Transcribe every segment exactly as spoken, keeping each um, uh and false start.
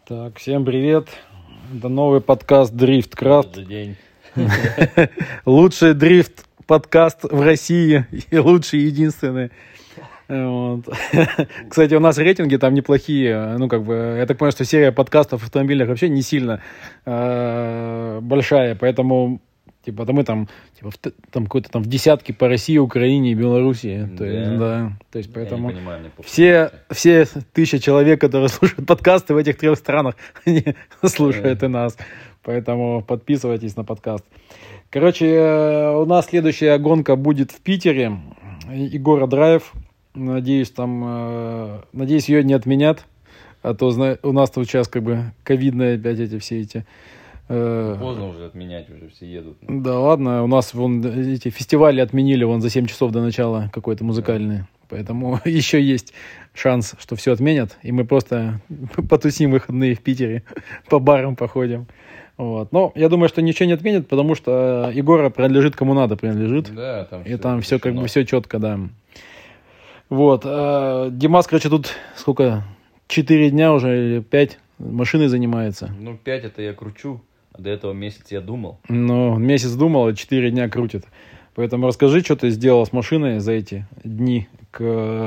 Так, всем привет. Это новый подкаст Дрифткрафт. Добрый день. Лучший дрифт-подкаст в России и лучший, единственный. Вот. Кстати, у нас рейтинги там неплохие. Ну, как бы, я так понимаю, что серия подкастов в автомобилях вообще не сильно э, большая, поэтому типа, да мы там, типа, в, там какой-то там в десятке по России, Украине и Белоруссии. То Да. есть, да. То есть, поэтому понимаю, все, все тысячи человек, которые слушают подкасты в этих трех странах, они слушают и нас. Поэтому подписывайтесь на подкаст. Короче, у нас следующая гонка будет в Питере. Егора Драйв. Надеюсь, там, надеюсь, ее не отменят. А то у нас тут сейчас как бы ковидные опять эти все эти... Поздно уже отменять, уже все едут. Да ладно, у нас вон эти фестивали отменили вон за семь часов до начала какой-то музыкальный. Да. Поэтому еще есть шанс, что все отменят, и мы просто потусим выходные в Питере, по барам походим. Вот. Но я думаю, что ничего не отменят, потому что Егора принадлежит кому надо, принадлежит. Да, там и там все как бы все четко, да. Вот. А Димас, короче, тут сколько? Четыре дня уже или пять машиной занимается. Ну, пять это я кручу. До этого месяца я думал. Ну, месяц думал, а четыре дня крутит. Поэтому расскажи, что ты сделал с машиной за эти дни к,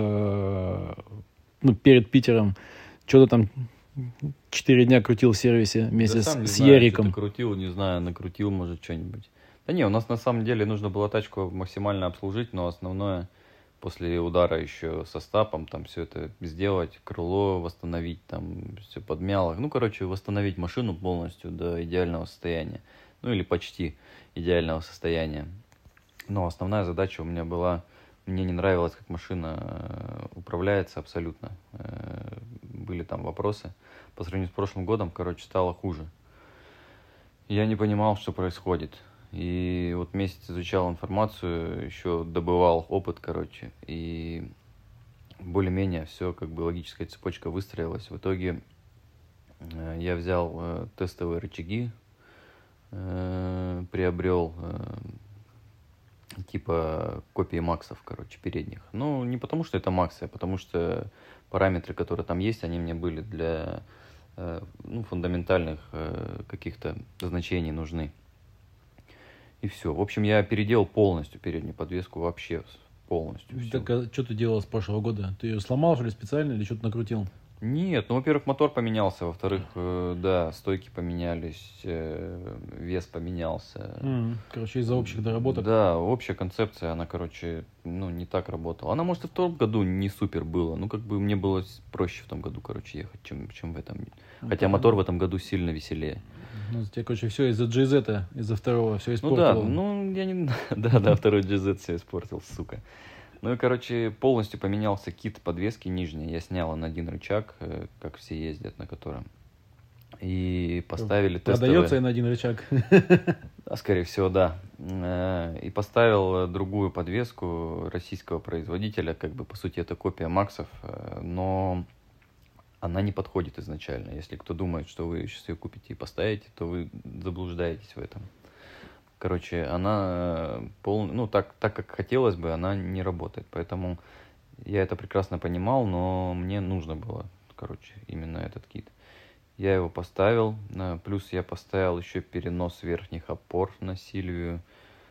ну, перед Питером. Что ты там четыре дня крутил в сервисе вместе да с, сам не с знаю, Яриком? Что ты крутил, не знаю, накрутил, может, что-нибудь. Да не, у нас на самом деле нужно было тачку максимально обслужить, но основное после удара еще со стапом, там все это сделать, крыло восстановить, там все подмяло. Ну, короче, восстановить машину полностью до идеального состояния. Ну, или почти идеального состояния. Но основная задача у меня была, мне не нравилось, как машина управляется абсолютно. Были там вопросы. По сравнению с прошлым годом, короче, стало хуже. Я не понимал, что происходит. И вот месяц изучал информацию, еще добывал опыт, короче, и более-менее все, как бы логическая цепочка выстроилась. В итоге э, я взял э, тестовые рычаги, э, приобрел э, типа копии максов, короче, передних. Ну, не потому что это максы, а потому что параметры, которые там есть, они мне были для э, ну, фундаментальных э, каких-то значений нужны. И все. В общем, я переделал полностью переднюю подвеску, вообще полностью. Так, а что ты делал с прошлого года? Ты ее сломал, что ли, специально или что-то накрутил? Нет, ну, во-первых, мотор поменялся, во-вторых, э, да, стойки поменялись, э, вес поменялся. Mm, короче, из-за общих доработок. Да, общая концепция, она, короче, ну, не так работала. Она, может, и в том году не супер было, ну, как бы мне было проще в том году, короче, ехать, чем, чем в этом. Хотя ну, мотор в этом году сильно веселее. Ну, тебе, короче, все из-за джи зет, из-за второго, все Ну испортило. да, ну, я не... Да, да, второй джи зет все испортил, сука. Ну и, короче, полностью поменялся кит подвески нижней. Я снял на один рычаг, как все ездят на котором. И поставили тестовые... Продается и на один рычаг. А, скорее всего, да. И поставил другую подвеску российского производителя. Как бы, по сути, это копия Максов. Но она не подходит изначально. Если кто думает, что вы сейчас ее купите и поставите, то вы заблуждаетесь в этом. Короче, она пол... ну, так, так как хотелось бы, она не работает. Поэтому я это прекрасно понимал, но мне нужно было, короче, именно этот кит. Я его поставил. Плюс я поставил еще перенос верхних опор на Сильвию.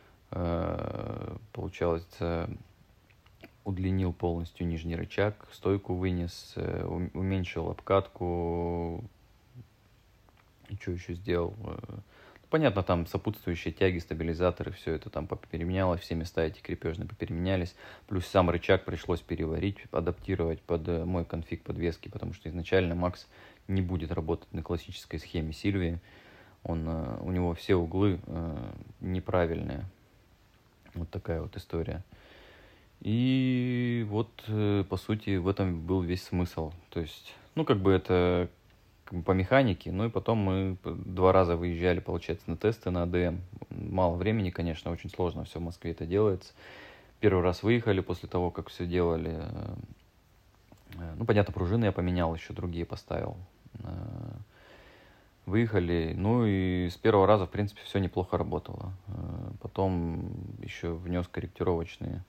Получается, удлинил полностью нижний рычаг, стойку вынес, уменьшил обкатку. И что еще сделал? Понятно, там сопутствующие тяги, стабилизаторы, все это там попеременялось, все места эти крепежные попеременялись. Плюс сам рычаг пришлось переварить, адаптировать под мой конфиг подвески, потому что изначально Макс не будет работать на классической схеме Сильвии. Он, у него все углы э, неправильные. Вот такая вот история. И вот, э, по сути, в этом был весь смысл. То есть, ну, как бы это... по механике, ну и потом мы два раза выезжали, получается, на тесты на АДМ. Мало времени, конечно, очень сложно все в Москве это делается. Первый раз выехали после того, как все делали. Ну, понятно, пружины я поменял, еще другие поставил. Выехали, ну и с первого раза, в принципе, все неплохо работало. Потом еще внес корректировочные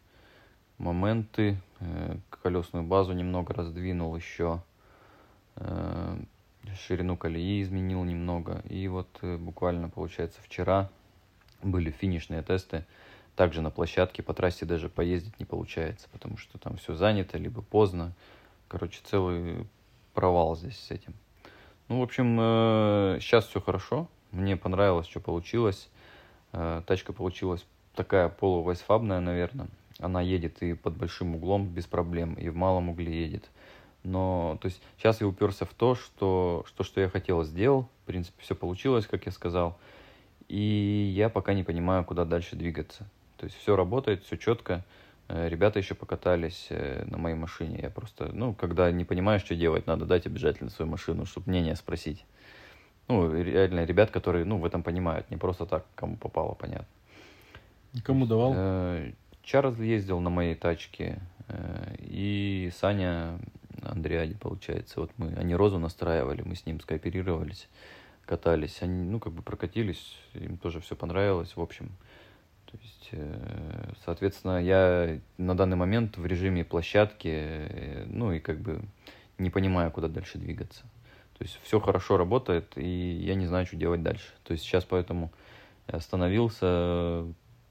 моменты, колесную базу немного раздвинул еще. ширину колеи изменил немного. И вот буквально, получается, вчера были финишные тесты. Также на площадке по трассе даже поездить не получается, потому что там все занято, либо поздно. Короче, целый провал здесь с этим. Ну, в общем, сейчас все хорошо. Мне понравилось, что получилось. Тачка получилась такая полувайсфабная, наверное. Она едет и под большим углом без проблем, и в малом угле едет. Но, то есть, сейчас я уперся в то, что, что, что я хотел, сделал. В принципе, все получилось, как я сказал. И я пока не понимаю, куда дальше двигаться. То есть, все работает, все четко. Ребята еще покатались на моей машине. Я просто, ну, когда не понимаешь, что делать, надо дать обязательно свою машину, чтобы мнение спросить. Ну, реально, ребят, которые, ну, в этом понимают. Не просто так, кому попало, понятно. Кому давал? Чарльз ездил на моей тачке. И Саня Андреади, получается. Вот мы, они Розу настраивали, мы с ним скооперировались, катались. Они, ну, как бы прокатились, им тоже все понравилось, в общем. То есть, соответственно, я на данный момент в режиме площадки, ну, и как бы не понимаю, куда дальше двигаться. То есть, все хорошо работает, и я не знаю, что делать дальше. То есть, сейчас поэтому я остановился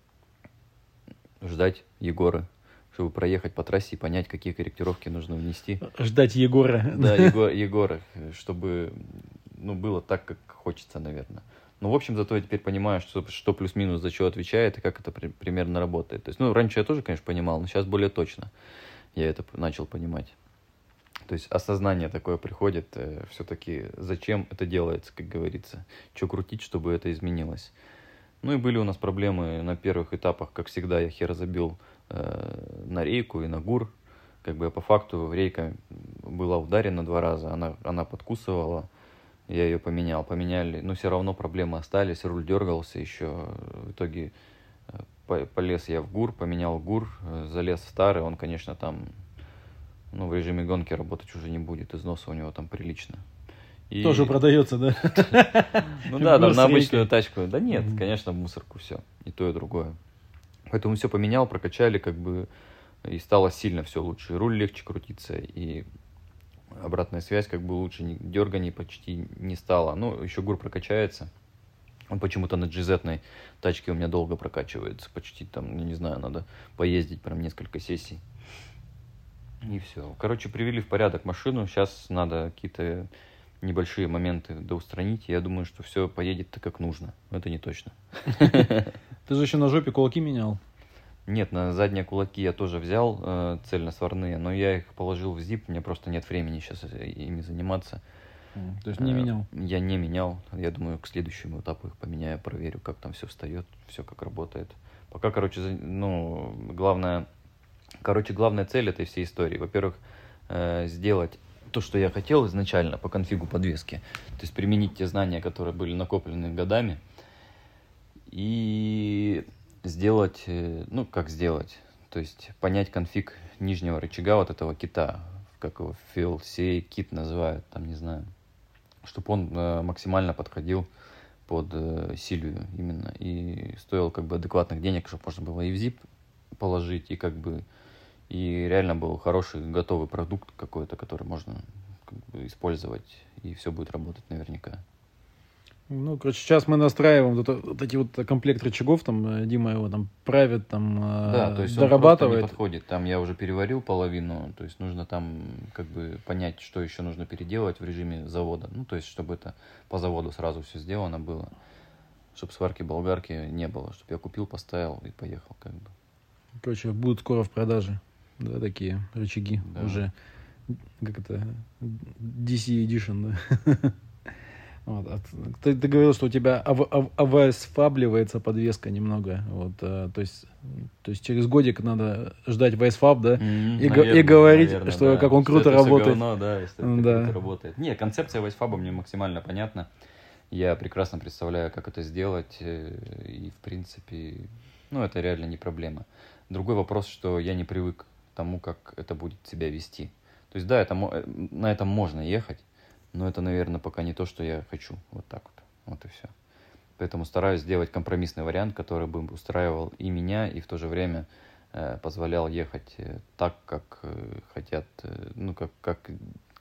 ждать Егора, чтобы проехать по трассе и понять, какие корректировки нужно внести. Ждать Егора. Да, Егор, Егора, чтобы, ну, было так, как хочется, наверное. Ну, в общем, зато я теперь понимаю, что, что плюс-минус за что отвечает и как это при, примерно работает. То есть, ну, раньше я тоже, конечно, понимал, но сейчас более точно я это начал понимать. То есть осознание такое приходит, э, все-таки зачем это делается, как говорится, что крутить, чтобы это изменилось. Ну и были у нас проблемы на первых этапах, как всегда, я хер забил э, на рейку и на гур. Как бы по факту рейка была ударена два раза, она, она подкусывала, я ее поменял, поменяли, но все равно проблемы остались, руль дергался еще, в итоге э, полез я в гур, поменял гур, э, залез в старый, он, конечно, там, ну, в режиме гонки работать уже не будет, износа у него там прилично. И... Тоже продается, да? Ну да, там на обычную тачку. Да нет, конечно, в мусорку все. И то, и другое. Поэтому все поменял, прокачали, как бы, и стало сильно все лучше. И руль легче крутиться, и обратная связь как бы лучше, дерганий почти не стало. Ну, еще гур прокачается. Он почему-то на джи зет-ной тачке у меня долго прокачивается. Почти там, я не знаю, надо поездить прям несколько сессий. И все. Короче, привели в порядок машину. Сейчас надо какие-то небольшие моменты доустранить. Я думаю, что все поедет так, как нужно. Но это не точно. Ты же еще на жопе кулаки менял. Нет, на задние кулаки я тоже взял э, цельносварные, но я их положил в зип, мне просто нет времени сейчас ими заниматься. Mm, то есть не менял? Э, я не менял. Я думаю, к следующему этапу их поменяю, проверю, как там все встает, все как работает. Пока, короче, ну, главное, короче, главная цель этой всей истории, во-первых, э, сделать то, что я хотел изначально по конфигу подвески. То есть применить те знания, которые были накоплены годами. И сделать, ну, как сделать? То есть понять конфиг нижнего рычага вот этого кита, как его эф эл си кит называют, там, не знаю. Чтобы он э, максимально подходил под э, Сильвию именно. И стоил как бы адекватных денег, чтобы можно было и в зип положить, и как бы и реально был хороший готовый продукт какой-то, который можно как бы использовать, и все будет работать наверняка. Ну, короче, сейчас мы настраиваем вот, вот эти вот комплект рычагов, там Дима его там правит, там да, то есть дорабатывает. Он просто не подходит. Там я уже переварил половину, то есть нужно там как бы понять, что еще нужно переделать в режиме завода. Ну, то есть чтобы это по заводу сразу все сделано было, чтобы сварки болгарки не было, чтобы я купил, поставил и поехал как бы. Короче, будут скоро в продаже, да, такие рычаги, да. Уже, как это, ди си Edition, да. Вот. Ты, ты говорил, что у тебя авайсфабливается подвеска немного. Вот, а, то, есть, то есть через годик надо ждать вайсфаб, да? Mm-hmm, и, наверное, и говорить, наверное, что да. как он круто что работает. Говно, да, что это да. круто работает. Не, концепция вайсфаба мне максимально понятна. Я прекрасно представляю, как это сделать. И, в принципе, ну, это реально не проблема. Другой вопрос, что я не привык к тому, как это будет себя вести. То есть, да, это, на этом можно ехать. Но это, наверное, пока не то, что я хочу. Вот так вот. Вот и все. Поэтому стараюсь сделать компромиссный вариант, который бы устраивал и меня, и в то же время э, позволял ехать э, так, как э, хотят, э, ну, как, как,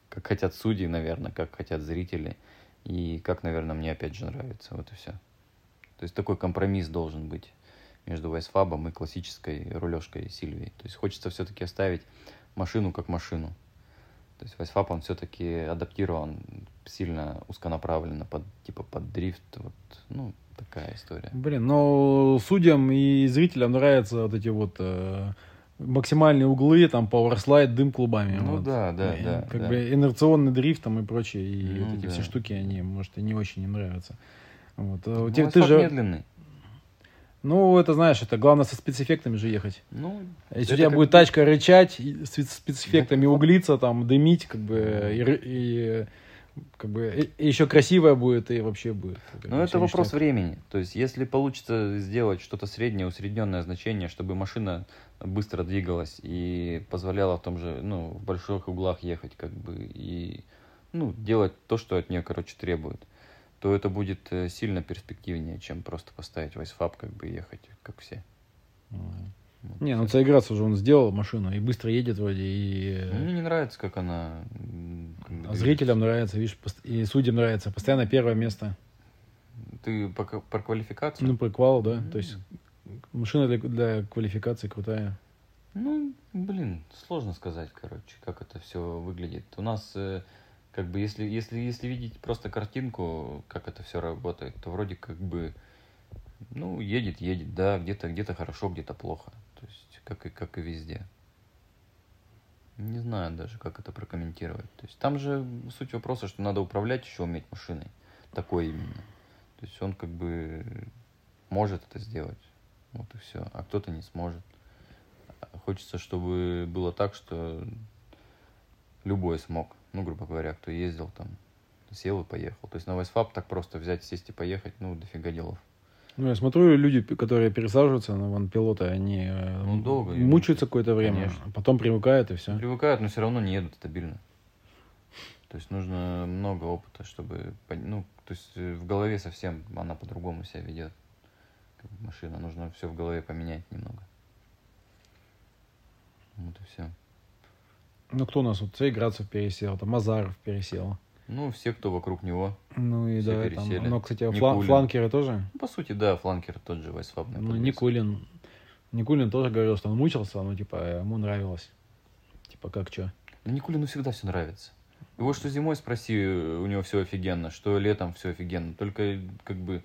как хотят судьи, наверное, как хотят зрители, и как, наверное, мне опять же нравится, вот и все. То есть такой компромисс должен быть между вайсфабом и классической рулежкой Сильвии. То есть хочется все-таки оставить машину как машину. То есть вайсфаб, он все-таки адаптирован сильно узконаправленно под, типа, под дрифт, вот, ну, такая история. Блин, но судьям и зрителям нравятся вот эти вот э, максимальные углы, там, пауэрслайд, дым клубами. Ну вот. да, да, и, да. Как да. бы инерционный дрифт там и прочее, и Ну, вот эти да. все штуки, они, может, и не очень не нравятся. Вот. Ну, ты, ты вайсфаб же... медленный. Ну, это знаешь, это главное со спецэффектами же ехать. Ну, Если у тебя будет как... тачка рычать, и с спецэффектами да, углиться, там, дымить, как бы, и, и как бы и еще красивая будет, и вообще будет. Ну, это вопрос ништяк. Времени. То есть, если получится сделать что-то среднее, усредненное значение, чтобы машина быстро двигалась и позволяла в том же, ну, в больших углах ехать, как бы, и, ну, делать то, что от нее, короче, требует, то это будет сильно перспективнее, чем просто поставить вайсфаб, как бы, и ехать, как все. Вот не, ну Цайград уже он сделал машину и быстро едет вроде, и... Мне не нравится, как она... Как а зрителям нравится, видишь, и судьям нравится. Постоянно первое место. Ты по, по квалификации? Ну, по квалу, да. Mm-hmm. То есть машина для, для квалификации крутая. Ну, блин, сложно сказать, короче, как это все выглядит. У нас, как бы, если, если, если видеть просто картинку, как это все работает, то вроде как бы, ну, едет, едет, да, где-то, где-то хорошо, где-то плохо. То есть, как и, как и везде. Не знаю даже, как это прокомментировать. То есть, там же суть вопроса, что надо управлять еще уметь машиной. Такой именно. То есть, он как бы может это сделать. Вот и все. А кто-то не сможет. Хочется, чтобы было так, что любой смог. Ну, грубо говоря, кто ездил там, сел и поехал. То есть, на вайсфаб так просто взять, сесть и поехать, ну, дофига делов. Ну, я смотрю, люди, которые пересаживаются на ван-пилота, они ну, долго, мучаются какое-то время, конечно. А потом привыкают и все. Привыкают, но все равно не едут стабильно. То есть нужно много опыта, чтобы... Ну, то есть в голове совсем она по-другому себя ведет. Как машина. Нужно все в голове поменять немного. Вот и все. Ну, кто у нас? Вот Цейградцев пересел, там Азаров пересел. Ну, все, кто вокруг него. Ну и все да, пересели. Там, но, кстати, флан- фланкеры тоже? По сути, да, фланкер тот же вайсфаб. Ну, Никулин. Никулин тоже говорил, что он мучился, но, типа, ему нравилось. Типа, как что? Ну, Никулину всегда все нравится. Его что зимой спроси, у него все офигенно, что летом все офигенно. Только, как бы,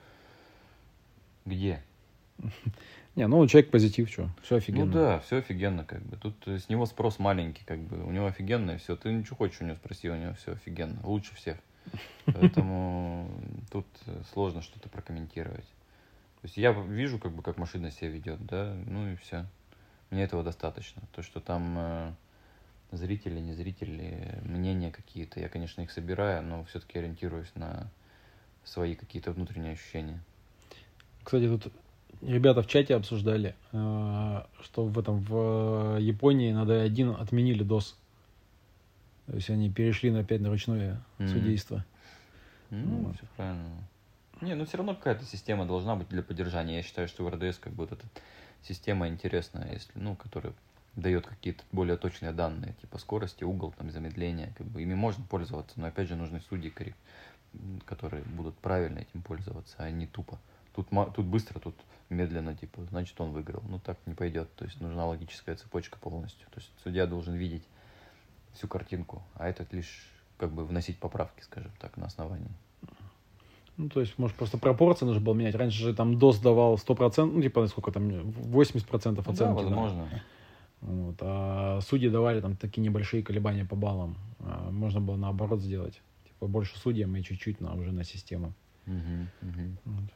где? Не, ну, человек позитив, что, все офигенно. Ну да, все офигенно, как бы. Тут с него спрос маленький, как бы. У него офигенно, и все. Ты ничего хочешь у него спроси, у него все офигенно. Лучше всех. Поэтому тут сложно что-то прокомментировать. То есть я вижу, как бы, как машина себя ведет, да, ну и все. Мне этого достаточно. То, что там э, зрители, не зрители, мнения какие-то, я, конечно, их собираю, но все-таки ориентируюсь на свои какие-то внутренние ощущения. Кстати, тут ребята в чате обсуждали, э, что в этом в Японии на ди один отменили дос. То есть они перешли на опять на ручное mm-hmm. судейство. Ну, вот. Все правильно. Не, ну все равно какая-то система должна быть для поддержания. Я считаю, что в эр дэ эс как бы вот эта система интересная, если, ну, которая дает какие-то более точные данные, типа скорости, угол, там, замедления, как бы ими можно пользоваться, но опять же нужны судьи, которые будут правильно этим пользоваться, а не тупо. Тут, тут быстро, тут медленно, типа, значит, он выиграл. Ну, так не пойдет. То есть нужна логическая цепочка полностью. То есть судья должен видеть всю картинку, а этот лишь как бы вносить поправки, скажем так, на основании. Ну, то есть, может, просто пропорции нужно было менять. Раньше же там дос давал сто процентов, ну, типа, сколько там, восемьдесят процентов оценки. Ну, да, возможно. Да. Вот. А судьи давали там такие небольшие колебания по баллам. А можно было наоборот сделать. Типа, больше судьям и чуть-чуть на, уже на систему. Угу, угу. Вот.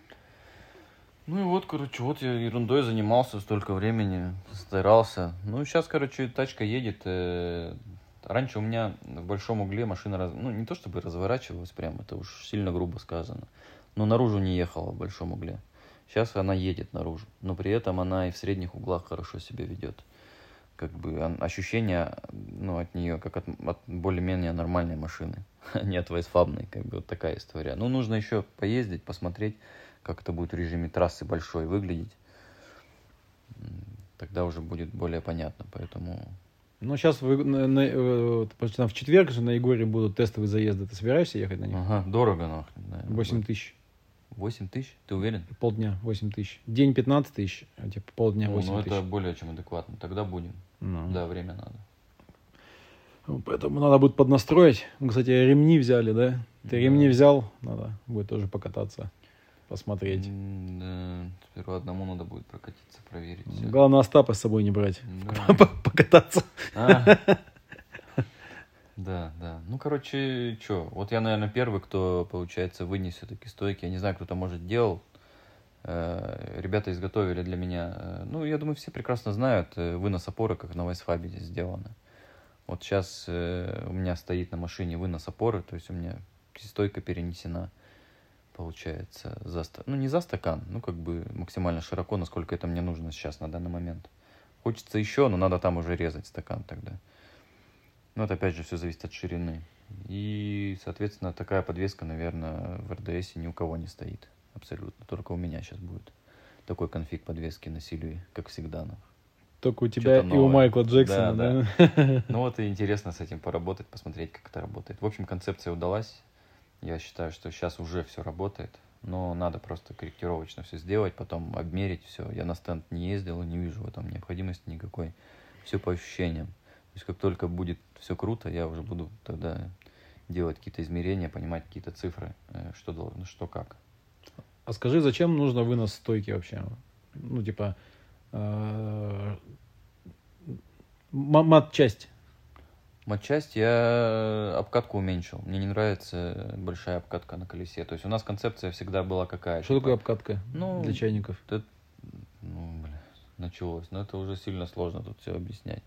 Ну и вот, короче, вот я ерундой занимался столько времени, старался. Ну, сейчас, короче, тачка едет. Э- Раньше у меня в большом угле машина, раз... ну, не то чтобы разворачивалась прям, это уж сильно грубо сказано, но наружу не ехала в большом угле. Сейчас она едет наружу, но при этом она и в средних углах хорошо себя ведет. Как бы ощущение, ну, от нее, как от, от более-менее нормальной машины, а не от вайсфабной, как бы вот такая история. Ну, нужно еще поездить, посмотреть, как это будет в режиме трассы большой выглядеть. Тогда уже будет более понятно, поэтому... Ну, сейчас вы, на, на, э, почти в четверг же на Егоре будут тестовые заезды. Ты собираешься ехать на них? Ага, дорого нахрен. Да, восемь тысяч. восемь тысяч? Ты уверен? Полдня восемь тысяч. День пятнадцать тысяч, а типа полдня ну, восемь ну, тысяч. это более чем адекватно. Тогда будем. Ну. Да, время надо. Поэтому надо будет поднастроить. Мы, кстати, ремни взяли, да? Ты да. ремни взял? Надо будет тоже покататься, посмотреть. Да, сперва одному надо будет прокатиться, проверить. Все. Главное, Остапа с собой не брать. Да. Покататься. А. Да, да. Ну, короче, что? Вот я, наверное, первый, кто, получается, вынес все-таки стойки. Я не знаю, кто-то, может, делал. Ребята изготовили для меня. Ну, я думаю, все прекрасно знают вынос опоры, как на Вайсфабе здесь сделано. Вот сейчас э, у меня стоит на машине вынос опоры, то есть у меня стойка перенесена, получается, за, ну не за стакан, ну как бы максимально широко, насколько это мне нужно сейчас на данный момент. Хочется еще, но надо там уже резать стакан тогда. Ну это опять же все зависит от ширины. И, соответственно, такая подвеска, наверное, в эр дэ эсе ни у кого не стоит. Абсолютно. Только у меня сейчас будет такой конфиг подвески на Сильвии, как всегда. Ну. Только у тебя и у Майкла Джексона, да? да? да. Ну вот и интересно с этим поработать, посмотреть, как это работает. В общем, концепция удалась. Я считаю, что сейчас уже все работает. Но надо просто корректировочно все сделать, потом обмерить все. Я на стенд не ездил и не вижу в этом необходимости никакой. Все по ощущениям. То есть как только будет все круто, я уже буду тогда делать какие-то измерения, понимать какие-то цифры, что должно, что как. А скажи, зачем нужно вынос стойки вообще? Ну, типа... Мат-часть. Мат-часть я обкатку уменьшил. Мне не нравится большая обкатка на колесе. То есть у нас концепция всегда была какая? Что типа, такое обкатка ну, для чайников? Это, ну, бля, началось. Но это уже сильно сложно тут все объяснять.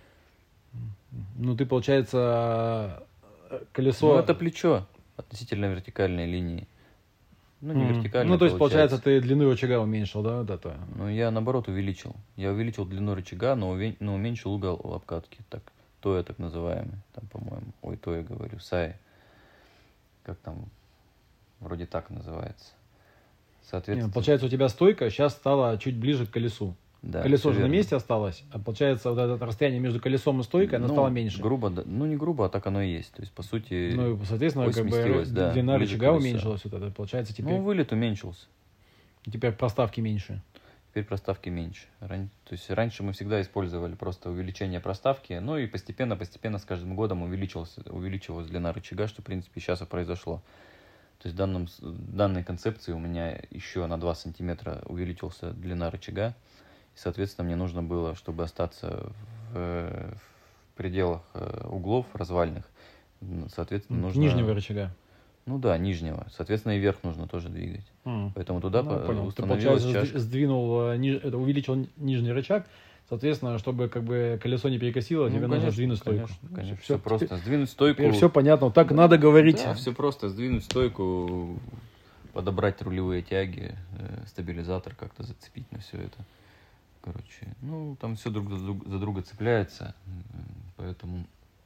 Ну, ты, получается, колесо... Ну, это плечо относительно вертикальной линии. Ну, не mm. вертикально. Ну, то есть, получается, ты длину рычага уменьшил, да? да то. Ну, я, наоборот, увеличил. Я увеличил длину рычага, но, уве... но уменьшил угол обкатки. Так, тоя так называемый. Там, по-моему. Ой, тоя говорю. Сай. Как там? Вроде так называется. Соответственно... Нет, получается, у тебя стойка сейчас стала чуть ближе к колесу. Да, колесо же верно. на месте осталось, а получается, вот это расстояние между колесом и стойкой, оно ну, стало меньше. Грубо, ну не грубо, а так оно и есть. То есть, по сути, ну, соответственно, как бы да, длина рычага уменьшилась. Вот это. Получается, теперь... Ну, вылет уменьшился. Теперь проставки меньше. Теперь проставки меньше. Ран... То есть, раньше мы всегда использовали просто увеличение проставки, ну и постепенно-постепенно с каждым годом увеличивалась, увеличивалась длина рычага, что, в принципе, сейчас и произошло. То есть, в данном, данной концепции у меня еще на два сантиметра увеличился длина рычага. И, соответственно, мне нужно было, чтобы остаться в, в пределах углов развальных, соответственно, нужно... Нижнего рычага. Ну да, нижнего. Соответственно, и вверх нужно тоже двигать. Mm. Поэтому туда ну, установилась Ты, получается, чашка. сдвинул, это, увеличил нижний рычаг. Соответственно, чтобы как бы колесо не перекосило, ну, тебе конечно, нужно сдвинуть стойку. Конечно, конечно. Все, все просто. Теперь, сдвинуть стойку. Теперь все понятно. Так да, надо говорить. Да, все просто. Сдвинуть стойку, подобрать рулевые тяги, э, стабилизатор как-то зацепить на все это. Короче, ну, там все друг за, друг за друга цепляется. Поэтому,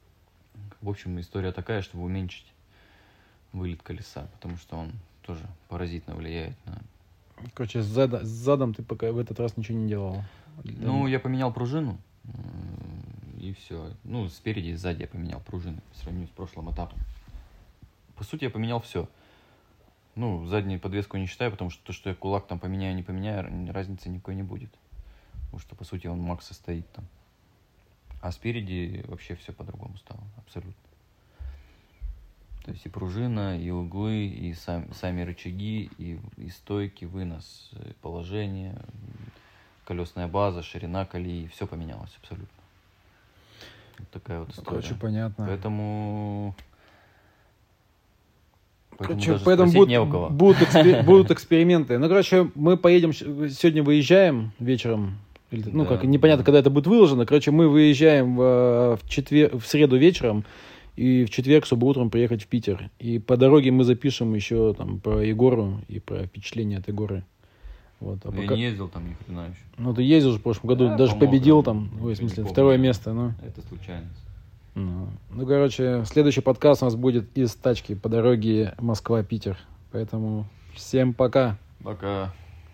в общем, история такая, чтобы уменьшить вылет колеса, потому что он тоже паразитно влияет на... Короче, с, зада, с задом ты пока в этот раз ничего не делал? Ну, я поменял пружину, и все. Ну, спереди и сзади я поменял пружины по сравнению с прошлым этапом. По сути, я поменял все. Ну, заднюю подвеску не считаю, потому что то, что я кулак там поменяю, не поменяю, разницы никакой не будет. Потому что, по сути, он Макса стоит там. А спереди вообще все по-другому стало, абсолютно. То есть и пружина, и углы, и сам, сами рычаги, и, и стойки, вынос, положение, колесная база, ширина колеи, все поменялось абсолютно. Вот такая вот история. Короче, понятно. Поэтому... Короче, поэтому будут, будут, экспер, будут эксперименты. Ну, короче, мы поедем, сегодня выезжаем вечером. Ну, да, как непонятно, да. Когда это будет выложено. Короче, мы выезжаем в, в, четвер... в среду вечером. И в четверг, чтобы утром приехать в Питер. И по дороге мы запишем еще там про Егору и про впечатления от Егоры. Вот. А я пока... не ездил там ни хрена еще. Ну, ты ездил же в прошлом году, да, даже победил там. Ой, в смысле, второе место. Ну. Это случайность. Ну. ну, короче, следующий подкаст у нас будет из тачки по дороге Москва-Питер. Поэтому всем пока. Пока.